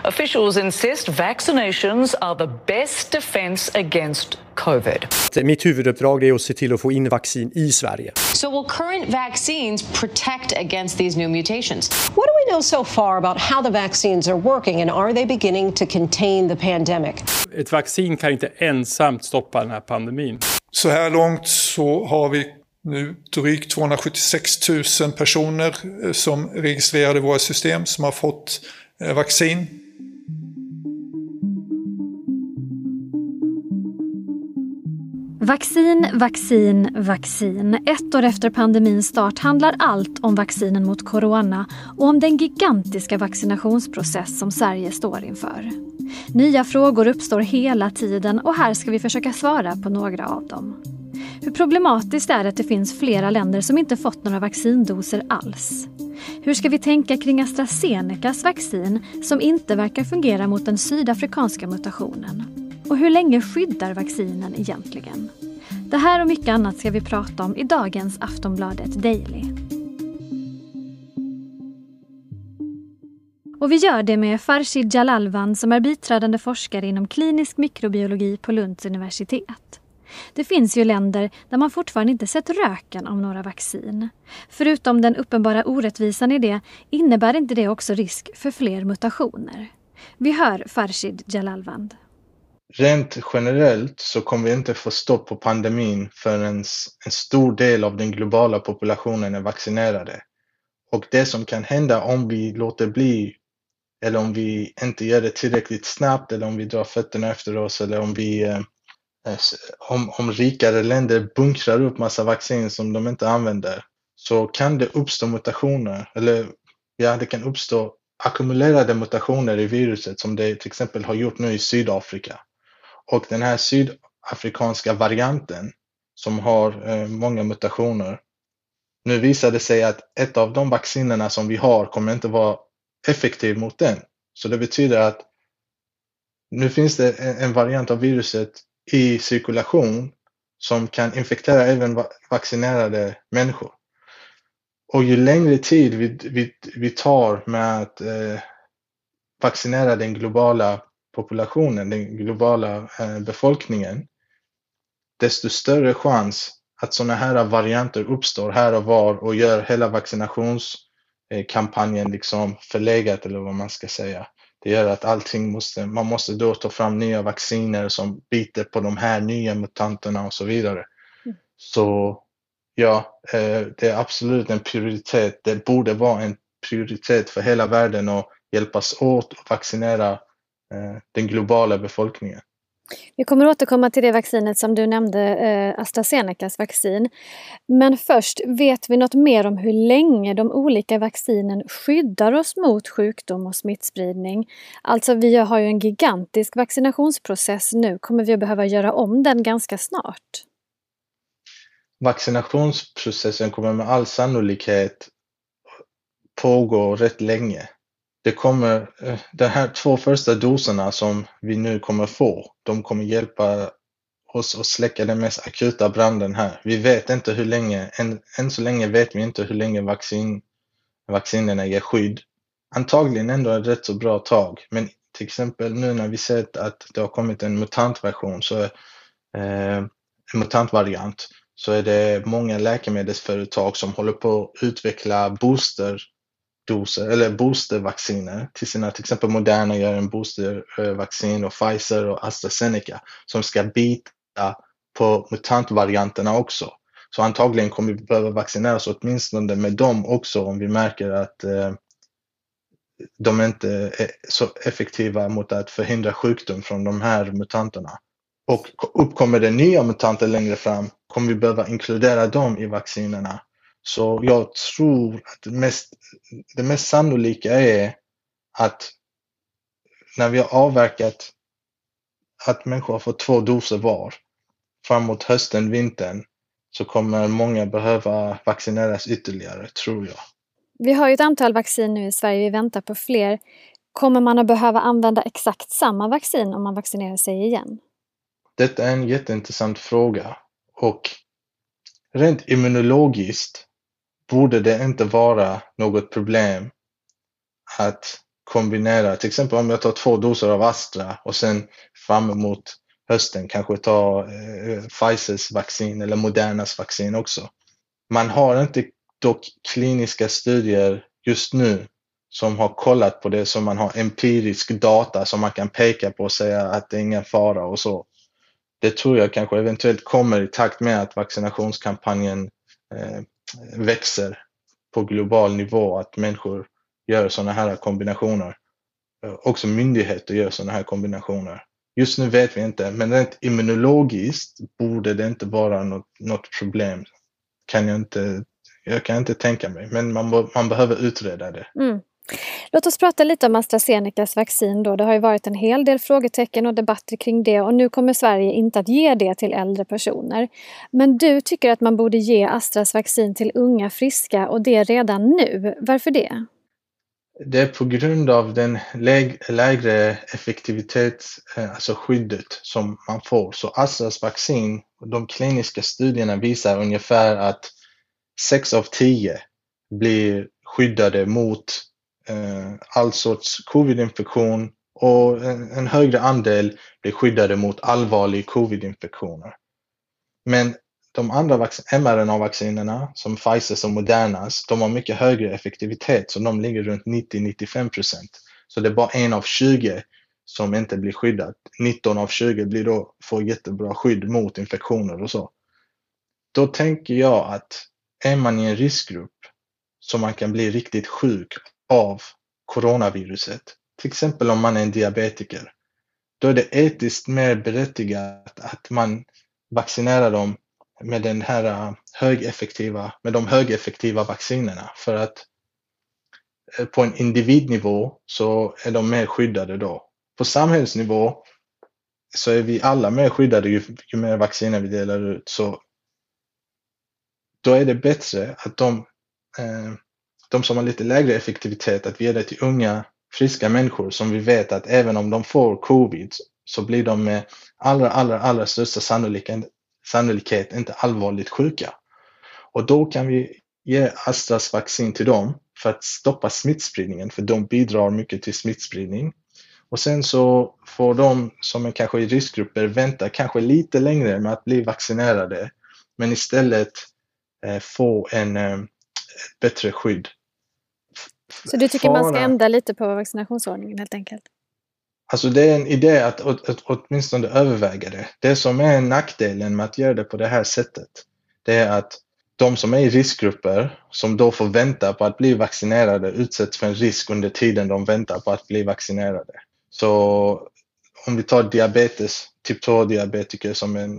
Officials insist vaccinations are the best defense against COVID. Mitt huvuduppdrag är att se till att få in vaccin i Sverige. So will current vaccines protect against these new mutations? What do we know so far about how the vaccines are working, and are they beginning to contain the pandemic? Ett vaccin kan inte ensamt stoppa den här pandemin. Så här långt så har vi nu drygt 276 000 personer som registrerade i våra system som har fått vaccin. Vaccin, vaccin, vaccin. Ett år efter pandemins start handlar allt om vaccinen mot corona och om den gigantiska vaccinationsprocess som Sverige står inför. Nya frågor uppstår hela tiden och här ska vi försöka svara på några av dem. Hur problematiskt är det att det finns flera länder som inte fått några vaccindoser alls? Hur ska vi tänka kring AstraZenecas vaccin som inte verkar fungera mot den sydafrikanska mutationen? Och hur länge skyddar vaccinen egentligen? Det här och mycket annat ska vi prata om i dagens Aftonbladet Daily. Och vi gör det med Farshid Jalalvan som är biträdande forskare inom klinisk mikrobiologi på Lunds universitet. Det finns ju länder där man fortfarande inte sett röken av några vaccin. Förutom den uppenbara orättvisan i det innebär inte det också risk för fler mutationer. Vi hör Farshid Jalalvan. Rent generellt så kommer vi inte få stopp på pandemin förrän en stor del av den globala populationen är vaccinerade. Och det som kan hända om vi låter bli, eller om vi inte gör det tillräckligt snabbt, eller om vi drar fötterna efter oss, eller om rikare länder bunkrar upp massa vaccin som de inte använder, så kan det uppstå mutationer, det kan uppstå ackumulerade mutationer i viruset som det till exempel har gjort nu i Sydafrika. Och den här sydafrikanska varianten som har många mutationer, nu visar det sig att ett av de vaccinerna som vi har kommer inte vara effektiv mot den. Så det betyder att nu finns det en variant av viruset i cirkulation som kan infektera även vaccinerade människor. Och ju längre tid vi tar med att vaccinera den globala populationen, den globala befolkningen, desto större chans att sådana här varianter uppstår här och var och gör hela vaccinationskampanjen liksom förlegat, eller vad man ska säga. Det gör att man måste då ta fram nya vacciner som biter på de här nya mutanterna och så vidare. Så ja, det är absolut en prioritet. Det borde vara en prioritet för hela världen att hjälpas åt och vaccinera den globala befolkningen. Vi kommer återkomma till det vaccinet som du nämnde, AstraZenecas vaccin. Men först, vet vi något mer om hur länge de olika vaccinen skyddar oss mot sjukdom och smittspridning? Alltså vi har ju en gigantisk vaccinationsprocess nu. Kommer vi att behöva göra om den ganska snart? Vaccinationsprocessen kommer med all sannolikhet pågå rätt länge. De här 2 första doserna som vi nu kommer få, de kommer hjälpa oss att släcka den mest akuta branden här. Vi vet inte hur länge, än så länge vet vi inte hur länge vaccinerna ger skydd. Antagligen ändå ett rätt så bra tag, men till exempel nu när vi sett att det har kommit en mutantvariant, så är det många läkemedelsföretag som håller på att utveckla boosterdoser eller boostervacciner till sina, till exempel Moderna gör en boostervaccin och Pfizer och AstraZeneca som ska bita på mutantvarianterna också. Så antagligen kommer vi behöva vaccinera oss åtminstone med dem också om vi märker att de inte är så effektiva mot att förhindra sjukdom från de här mutanterna. Och uppkommer det nya mutanter längre fram kommer vi behöva inkludera dem i vaccinerna. Så jag tror att det mest sannolika är att när vi har avverkat att människor har fått 2 doser var framåt hösten, vintern, så kommer många behöva vaccineras ytterligare, tror jag. Vi har ju ett antal vaccin nu i Sverige, vi väntar på fler. Kommer man att behöva använda exakt samma vaccin om man vaccinerar sig igen? Detta är en jätteintressant fråga, och rent immunologiskt borde det inte vara något problem att kombinera, till exempel om jag tar 2 doser av Astra och sen fram emot hösten kanske ta Pfizers vaccin eller Modernas vaccin också. Man har inte dock kliniska studier just nu som har kollat på det, som man har empirisk data som man kan peka på och säga att det är ingen fara och så. Det tror jag kanske eventuellt kommer i takt med att vaccinationskampanjen växer på global nivå, att människor gör sådana här kombinationer. Också myndigheter gör sådana här kombinationer. Just nu vet vi inte, men rent immunologiskt borde det inte vara något problem. Jag kan inte tänka mig, men man behöver utreda det. Mm. Låt oss prata lite om AstraZenecas vaccin då. Det har ju varit en hel del frågetecken och debatter kring det, och nu kommer Sverige inte att ge det till äldre personer. Men du tycker att man borde ge Astras vaccin till unga friska, och det redan nu. Varför det? Det är på grund av den lägre effektivitet, alltså skyddet som man får. Så Astras vaccin, de kliniska studierna visar ungefär att 6 av 10 blir skyddade mot all sorts covid-infektion, och en högre andel blir skyddade mot allvarliga covid-infektioner. Men de andra mRNA-vaccinerna som Pfizer och Modernas, de har mycket högre effektivitet, så de ligger runt 90-95%. Så det är bara 1 av 20 som inte blir skyddat. 19 av 20 får jättebra skydd mot infektioner och så. Då tänker jag att är man i en riskgrupp så man kan bli riktigt sjuk av coronaviruset, till exempel om man är en diabetiker, då är det etiskt mer berättigat att man vaccinerar dem med den här de högeffektiva vaccinerna, för att på en individnivå så är de mer skyddade då. På samhällsnivå så är vi alla mer skyddade ju mer vacciner vi delar ut, så då är det bättre att de som har lite lägre effektivitet, att vi ger det till unga friska människor som vi vet att även om de får covid så blir de med allra största sannolikhet inte allvarligt sjuka. Och då kan vi ge Astras vaccin till dem för att stoppa smittspridningen, för de bidrar mycket till smittspridning. Och sen så får de som är kanske i riskgrupper vänta kanske lite längre med att bli vaccinerade, men istället få ett bättre skydd. Så du tycker man ska ändra lite på vaccinationsordningen helt enkelt? Alltså det är en idé att åtminstone överväga det. Det som är nackdelen med att göra det på det här sättet, det är att de som är i riskgrupper, som då får vänta på att bli vaccinerade, utsätts för en risk under tiden de väntar på att bli vaccinerade. Så om vi tar typ 2-diabetiker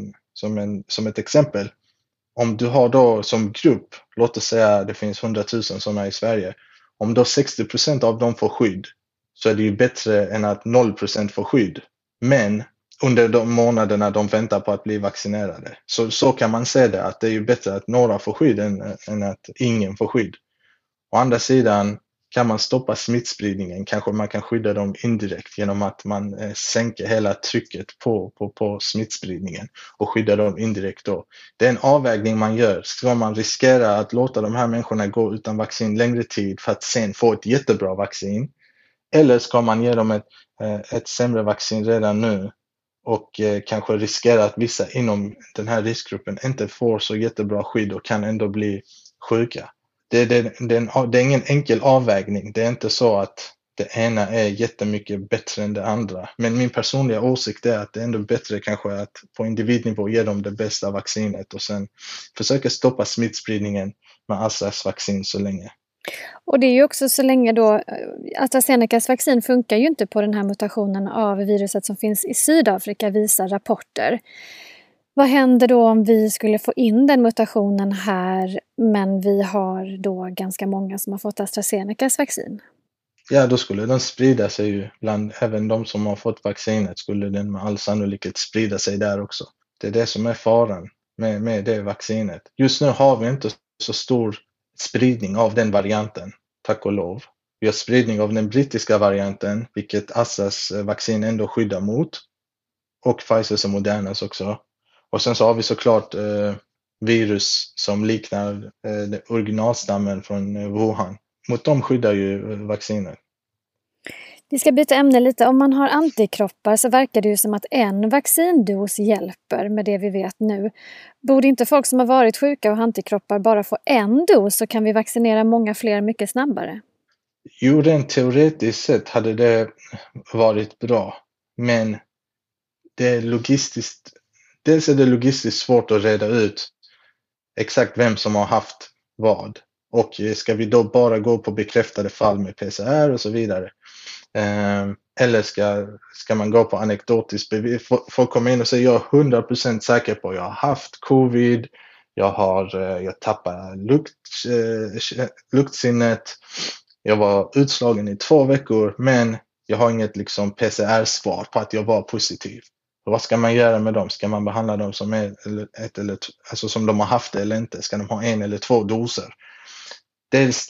som ett exempel. Om du har då som grupp, låt oss säga det finns 100 000 sådana i Sverige, om då 60% av dem får skydd, så är det ju bättre än att 0% får skydd. Men under de månaderna de väntar på att bli vaccinerade. Så kan man säga det, att det är ju bättre att några får skydd än att ingen får skydd. Å andra sidan kan man stoppa smittspridningen. Kanske man kan skydda dem indirekt genom att man sänker hela trycket på smittspridningen och skyddar dem indirekt då. Det är en avvägning man gör. Ska man riskera att låta de här människorna gå utan vaccin längre tid för att sen få ett jättebra vaccin? Eller ska man ge dem ett sämre vaccin redan nu och kanske riskera att vissa inom den här riskgruppen inte får så jättebra skydd och kan ändå bli sjuka? Det är ingen enkel avvägning. Det är inte så att det ena är jättemycket bättre än det andra. Men min personliga åsikt är att det är ändå bättre kanske att på individnivå ge dem det bästa vaccinet och sen försöka stoppa smittspridningen med Astras vaccin så länge. Och det är ju också så länge då, AstraZenecas vaccin funkar ju inte på den här mutationen av viruset som finns i Sydafrika, visar rapporter. Vad händer då om vi skulle få in den mutationen här, men vi har då ganska många som har fått AstraZenecas vaccin? Ja, då skulle den sprida sig ju bland även de som har fått vaccinet, skulle den med all sannolikhet sprida sig där också. Det är det som är faran med det vaccinet. Just nu har vi inte så stor spridning av den varianten, tack och lov. Vi har spridning av den brittiska varianten, vilket Astras vaccin ändå skyddar mot. Och Pfizer och Modernas också. Och sen så har vi såklart virus som liknar originalstammen från Wuhan. Mot dem skyddar ju vaccinet. Vi ska byta ämne lite. Om man har antikroppar så verkar det ju som att en vaccindos hjälper med det vi vet nu. Borde inte folk som har varit sjuka och har antikroppar bara få en dos, så kan vi vaccinera många fler mycket snabbare? Jo, rent teoretiskt sett hade det varit bra. Men det är logistiskt, dels är det logistiskt svårt att reda ut exakt vem som har haft vad. Och ska vi då bara gå på bekräftade fall med PCR och så vidare? Eller ska man gå på anekdotiskt bevis? Folk kommer in och säger jag är 100% säker på att jag har haft covid. Jag tappar luktsinnet. Jag var utslagen i 2 veckor, men jag har inget liksom PCR-svar på att jag var positiv. Och vad ska man göra med dem? Ska man behandla dem som som de har haft det eller inte? Ska de ha 1 eller 2 doser? Dels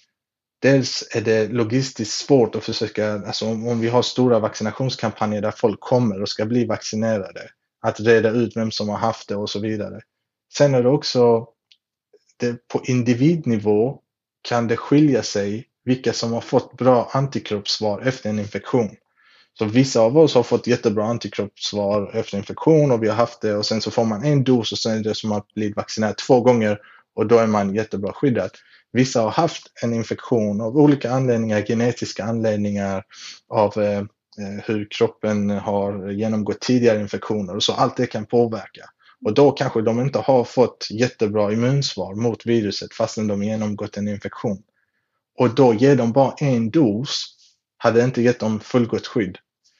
är det logistiskt svårt att försöka, alltså om vi har stora vaccinationskampanjer där folk kommer och ska bli vaccinerade, att reda ut vem som har haft det och så vidare. Sen är det också, på individnivå kan det skilja sig vilka som har fått bra antikroppssvar efter en infektion. Så vissa av oss har fått jättebra antikroppssvar efter infektion och vi har haft det, och sen så får man en dos och sen är det som att bli vaccinerad 2 gånger och då är man jättebra skyddad. Vissa har haft en infektion av olika anledningar, genetiska anledningar, av hur kroppen har genomgått tidigare infektioner och så. Allt det kan påverka. Och då kanske de inte har fått jättebra immunsvar mot viruset fastän de genomgått en infektion. Och då ger de bara en dos, hade inte gett dem fullgott skydd.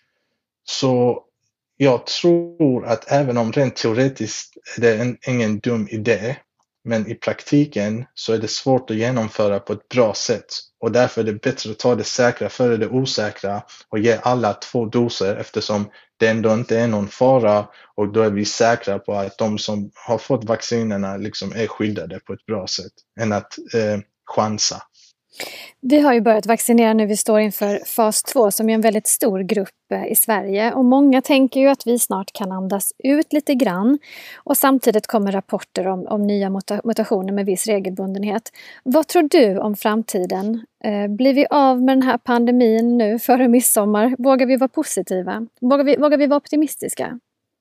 Så jag tror att även om rent teoretiskt är det ingen dum idé, men i praktiken så är det svårt att genomföra på ett bra sätt. Och därför är det bättre att ta det säkra före det osäkra och ge alla 2 doser, eftersom det ändå inte är någon fara, och då är vi säkra på att de som har fått vaccinerna liksom är skyddade på ett bra sätt än att chansa. Vi har ju börjat vaccinera nu, vi står inför fas 2 som är en väldigt stor grupp i Sverige, och många tänker ju att vi snart kan andas ut lite grann, och samtidigt kommer rapporter om nya mutationer med viss regelbundenhet. Vad tror du om framtiden? Blir vi av med den här pandemin nu före midsommar? Vågar vi vara positiva? Vågar vi vara optimistiska?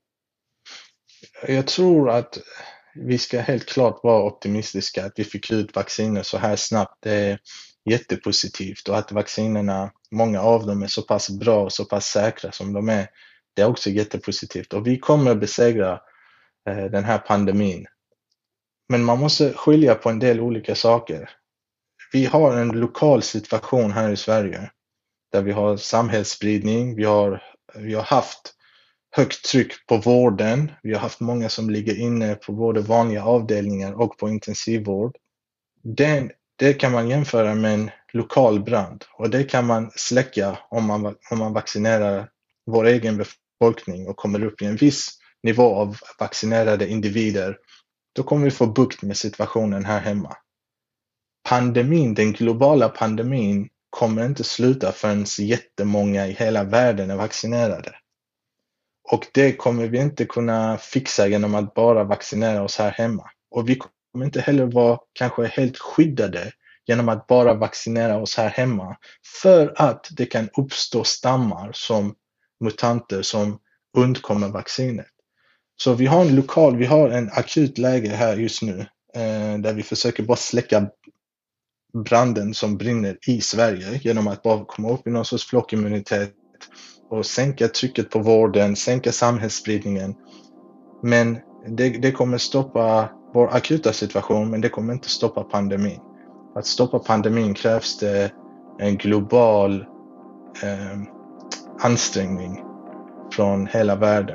Jag tror att vi ska helt klart vara optimistiska. Att vi fick ut vacciner så här snabbt, det är jättepositivt, och att vaccinerna, många av dem är så pass bra och så pass säkra som de är, det är också jättepositivt, och vi kommer att besegra den här pandemin. Men man måste skilja på en del olika saker. Vi har en lokal situation här i Sverige där vi har samhällsspridning, vi har haft högt tryck på vården. Vi har haft många som ligger inne på både vanliga avdelningar och på intensivvård. Det kan man jämföra med en lokal brand, och det kan man släcka om man vaccinerar vår egen befolkning och kommer upp i en viss nivå av vaccinerade individer. Då kommer vi få bukt med situationen här hemma. Pandemin, den globala pandemin, kommer inte sluta förrän jättemånga i hela världen är vaccinerade. Och det kommer vi inte kunna fixa genom att bara vaccinera oss här hemma. Och vi kommer inte heller vara kanske helt skyddade genom att bara vaccinera oss här hemma. För att det kan uppstå stammar som mutanter som undkommer vaccinet. Så vi har en akut läge här just nu där vi försöker bara släcka branden som brinner i Sverige genom att bara komma upp i någon sorts flockimmunitet och sänka trycket på vården, sänka samhällsspridningen. Men det kommer stoppa vår akuta situation, men det kommer inte stoppa pandemin. Att stoppa pandemin krävs det en global ansträngning från hela världen.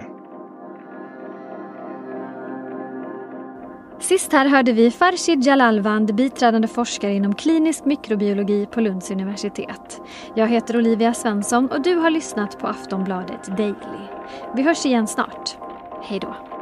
Sist här hörde vi Farshid Jalalvand, biträdande forskare inom klinisk mikrobiologi på Lunds universitet. Jag heter Olivia Svensson och du har lyssnat på Aftonbladet Daily. Vi hörs igen snart. Hej då!